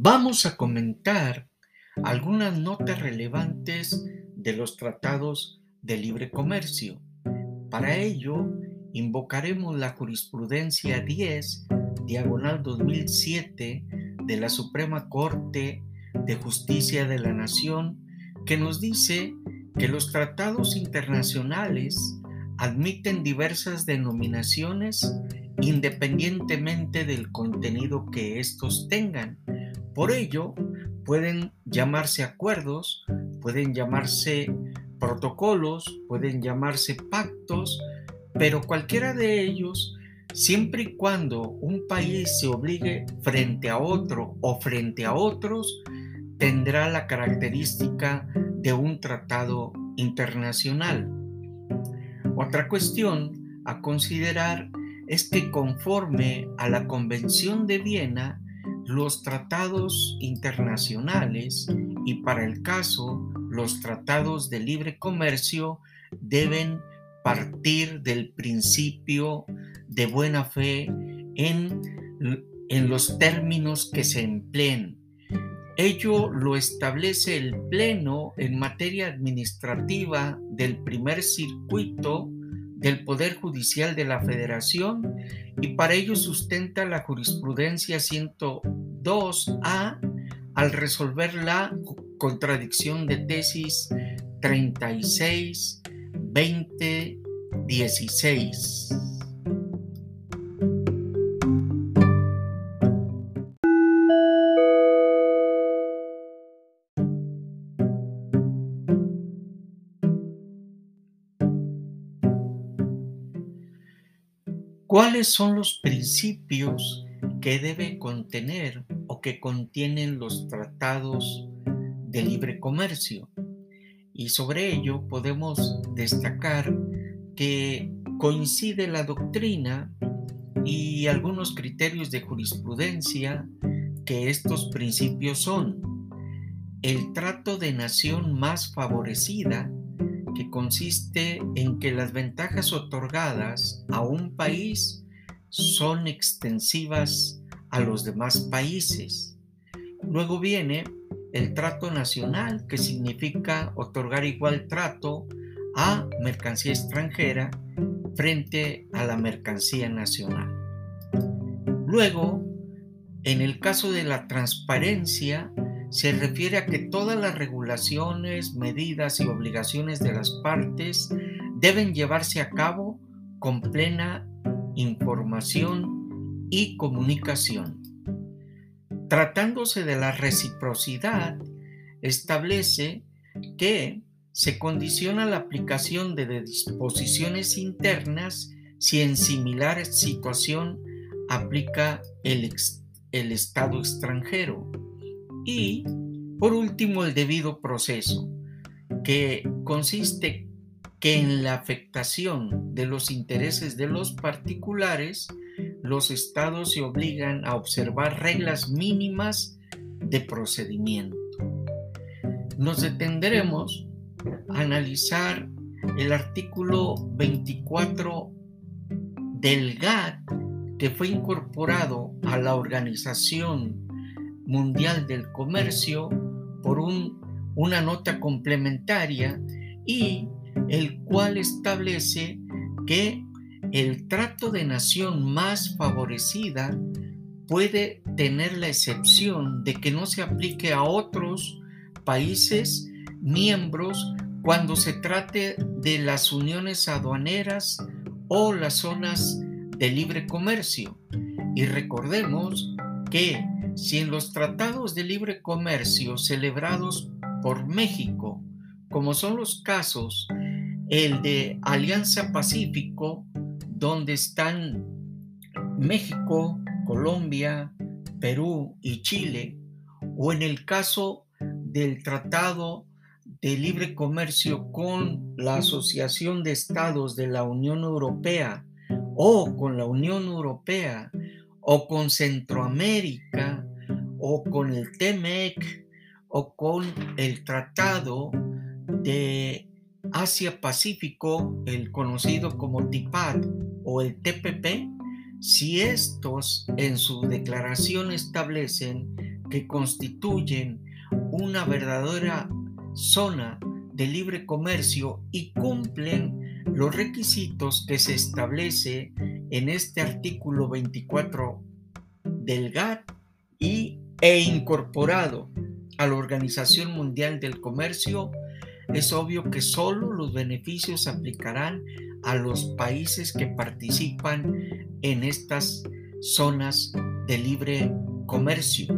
Vamos a comentar algunas notas relevantes de los tratados de libre comercio. Para ello, invocaremos la jurisprudencia 10, diagonal 2007 de la Suprema Corte de Justicia de la Nación, que nos dice que los tratados internacionales admiten diversas denominaciones independientemente del contenido que estos tengan. Por ello, pueden llamarse acuerdos, pueden llamarse protocolos, pueden llamarse pactos, pero cualquiera de ellos, siempre y cuando un país se obligue frente a otro o frente a otros, tendrá la característica de un tratado internacional. Otra cuestión a considerar es que conforme a la Convención de Viena, los tratados internacionales y para el caso los tratados de libre comercio deben partir del principio de buena fe en los términos que se empleen. Ello lo establece el Pleno en materia administrativa del primer circuito del Poder Judicial de la Federación y para ello sustenta la jurisprudencia 102A al resolver la contradicción de tesis 36-2016. ¿Cuáles son los principios que debe contener o que contienen los tratados de libre comercio? Y sobre ello podemos destacar que coincide la doctrina y algunos criterios de jurisprudencia que estos principios son el trato de nación más favorecida, que consiste en que las ventajas otorgadas a un país son extensivas a los demás países. Luego viene el trato nacional, que significa otorgar igual trato a mercancía extranjera frente a la mercancía nacional. Luego, en el caso de la transparencia, se refiere a que todas las regulaciones, medidas y obligaciones de las partes deben llevarse a cabo con plena información y comunicación. Tratándose de la reciprocidad, establece que se condiciona la aplicación de disposiciones internas si en similar situación aplica el Estado extranjero. Y, por último, el debido proceso, que consiste que en la afectación de los intereses de los particulares, los estados se obligan a observar reglas mínimas de procedimiento. Nos detendremos a analizar el artículo 24 del GATT, que fue incorporado a la Organización Mundial del Comercio por una nota complementaria y el cual establece que el trato de nación más favorecida puede tener la excepción de que no se aplique a otros países miembros cuando se trate de las uniones aduaneras o las zonas de libre comercio. Y recordemos que si en los tratados de libre comercio celebrados por México, como son los casos, el de Alianza Pacífico, donde están México, Colombia, Perú y Chile, o en el caso del Tratado de Libre Comercio con la Asociación de Estados de la Unión Europea, o con la Unión Europea, o con Centroamérica, o con el TEMEC, o con el Tratado de Asia-Pacífico, el conocido como TIPAD o el TPP, si estos en su declaración establecen que constituyen una verdadera zona de libre comercio y cumplen los requisitos que se establece en este artículo 24 del GATT e incorporado a la Organización Mundial del Comercio. Es obvio que solo los beneficios se aplicarán a los países que participan en estas zonas de libre comercio.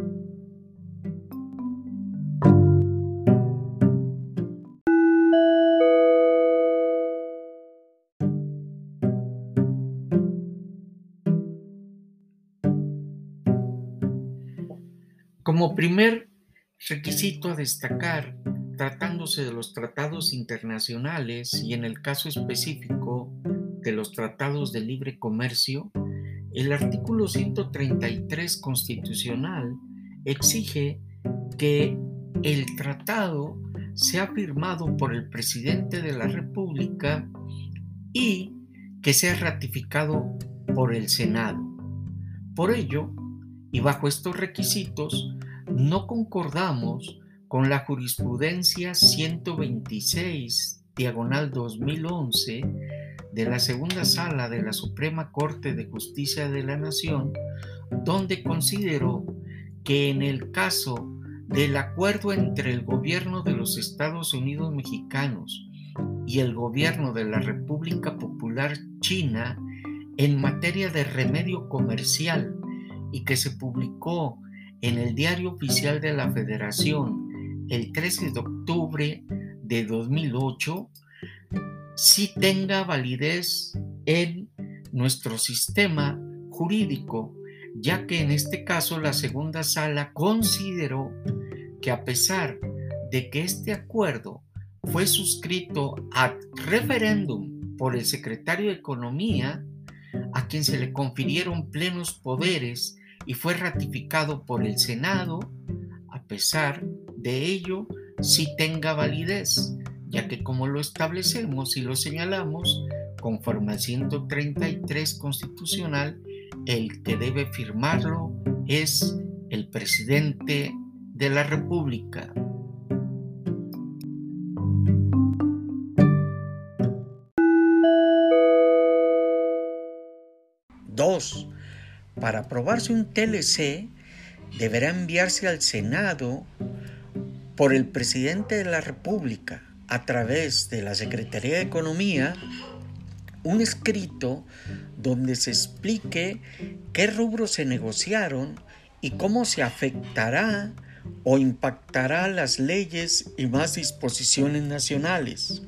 Como primer requisito a destacar, tratándose de los tratados internacionales y en el caso específico de los tratados de libre comercio, el artículo 133 constitucional exige que el tratado sea firmado por el presidente de la República y que sea ratificado por el Senado. Por ello, y bajo estos requisitos, no concordamos con la jurisprudencia 126/2011 de la Segunda Sala de la Suprema Corte de Justicia de la Nación, donde consideró que en el caso del acuerdo entre el gobierno de los Estados Unidos mexicanos y el gobierno de la República Popular China en materia de remedio comercial y que se publicó en el Diario Oficial de la Federación el 13 de octubre de 2008, sí tenga validez en nuestro sistema jurídico, ya que en este caso la segunda sala consideró que a pesar de que este acuerdo fue suscrito ad referéndum por el secretario de Economía, a quien se le confirieron plenos poderes y fue ratificado por el Senado, a pesar de ello, sí tenga validez, ya que como lo establecemos y lo señalamos, conforme al 133 constitucional, el que debe firmarlo es el presidente de la República. Dos, para aprobarse un TLC, deberá enviarse al Senado por el presidente de la República a través de la Secretaría de Economía un escrito donde se explique qué rubros se negociaron y cómo se afectará o impactará las leyes y más disposiciones nacionales.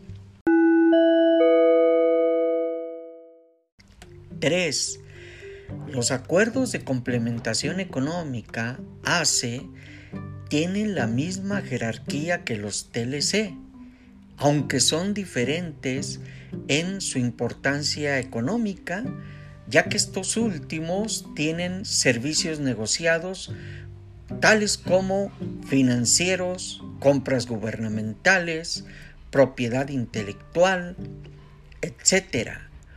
3. Los acuerdos de complementación económica, ACE, tienen la misma jerarquía que los TLC, aunque son diferentes en su importancia económica, ya que estos últimos tienen servicios negociados tales como financieros, compras gubernamentales, propiedad intelectual, etc.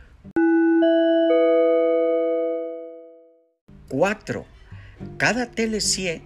4. Cada TLC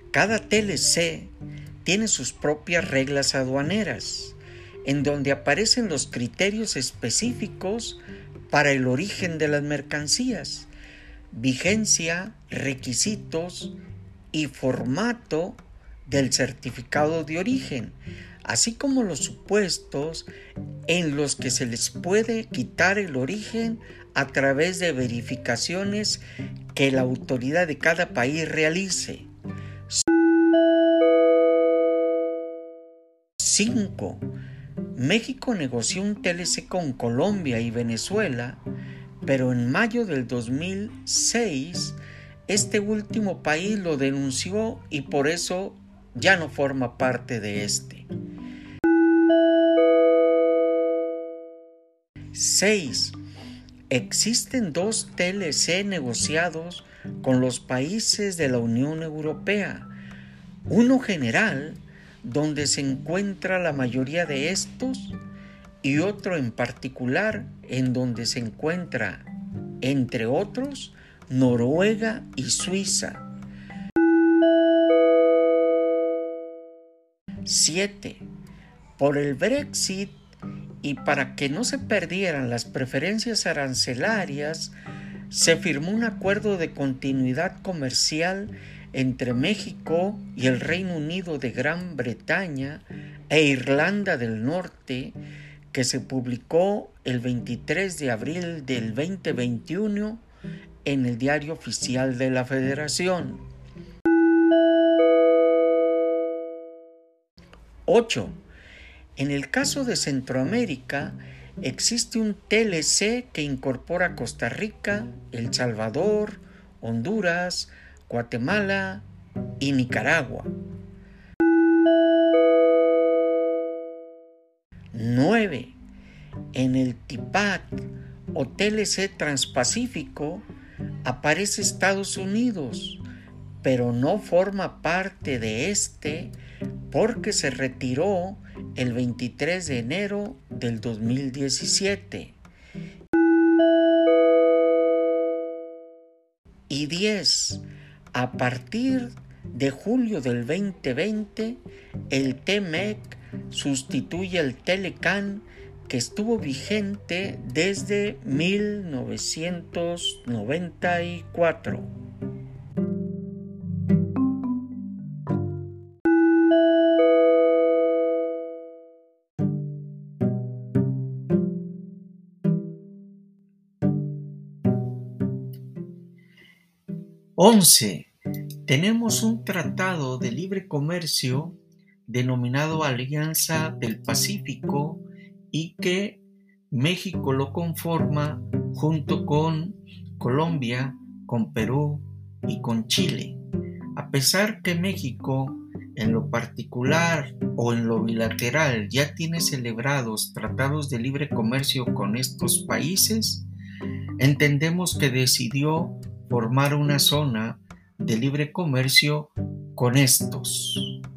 tiene sus propias reglas aduaneras, en donde aparecen los criterios específicos para el origen de las mercancías, vigencia, requisitos y formato del certificado de origen, así como los supuestos en los que se les puede quitar el origen a través de verificaciones que la autoridad de cada país realice. 5. México negoció un TLC con Colombia y Venezuela, pero en mayo del 2006 este último país lo denunció y por eso ya no forma parte de este. 6. Existen 2 TLC negociados con los países de la Unión Europea, uno general, donde se encuentra la mayoría de estos, y otro en particular, en donde se encuentra, entre otros, Noruega y Suiza. 7. Por el Brexit y para que no se perdieran las preferencias arancelarias, se firmó un acuerdo de continuidad comercial entre México y el Reino Unido de Gran Bretaña e Irlanda del Norte, que se publicó el 23 de abril del 2021 en el Diario Oficial de la Federación. 8. En el caso de Centroamérica, existe un TLC que incorpora Costa Rica, El Salvador, Honduras, Guatemala y Nicaragua. 9. En el TIPAD o TLC Transpacífico aparece Estados Unidos, pero no forma parte de este porque se retiró el 23 de enero del 2017. Y 10. A partir de julio del 2020, el TMEC sustituye al Telecan, que estuvo vigente desde 1994. Tenemos un tratado de libre comercio denominado Alianza del Pacífico y que México lo conforma junto con Colombia, con Perú y con Chile. A pesar que México en lo particular o en lo bilateral ya tiene celebrados tratados de libre comercio con estos países, entendemos que decidió formar una zona de libre comercio con estos.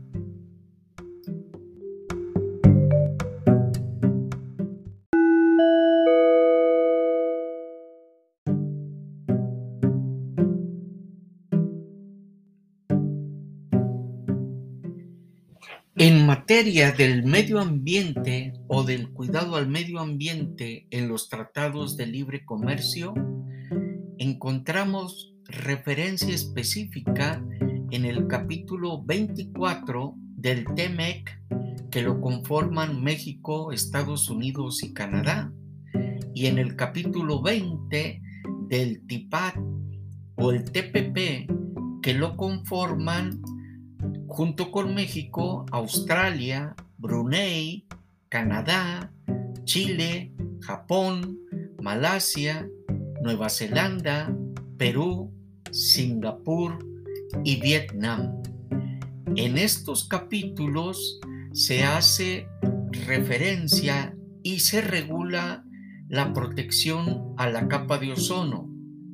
En materia del medio ambiente o del cuidado al medio ambiente en los tratados de libre comercio, encontramos referencia específica en el capítulo 24 del TMEC, que lo conforman México, Estados Unidos y Canadá, y en el capítulo 20 del TIPAD o el TPP, que lo conforman junto con México, Australia, Brunei, Canadá, Chile, Japón, Malasia, Nueva Zelanda, Perú, Singapur y Vietnam. En estos capítulos se hace referencia y se regula la protección a la capa de ozono.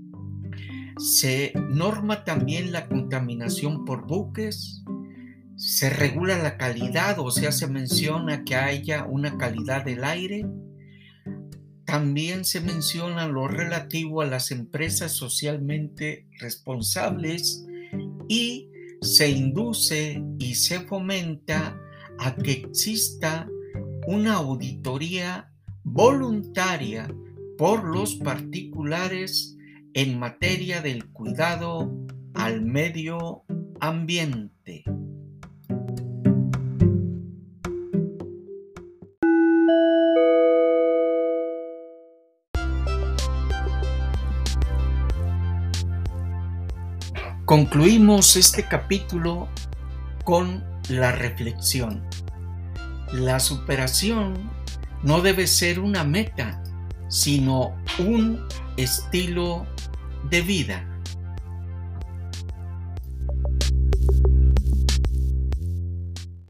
Se norma también la contaminación por buques, se regula la calidad, o sea, se menciona que haya una calidad del aire. También se menciona lo relativo a las empresas socialmente responsables y se induce y se fomenta a que exista una auditoría voluntaria por los particulares en materia del cuidado al medio ambiente. Concluimos este capítulo con la reflexión. La superación no debe ser una meta, sino un estilo de vida.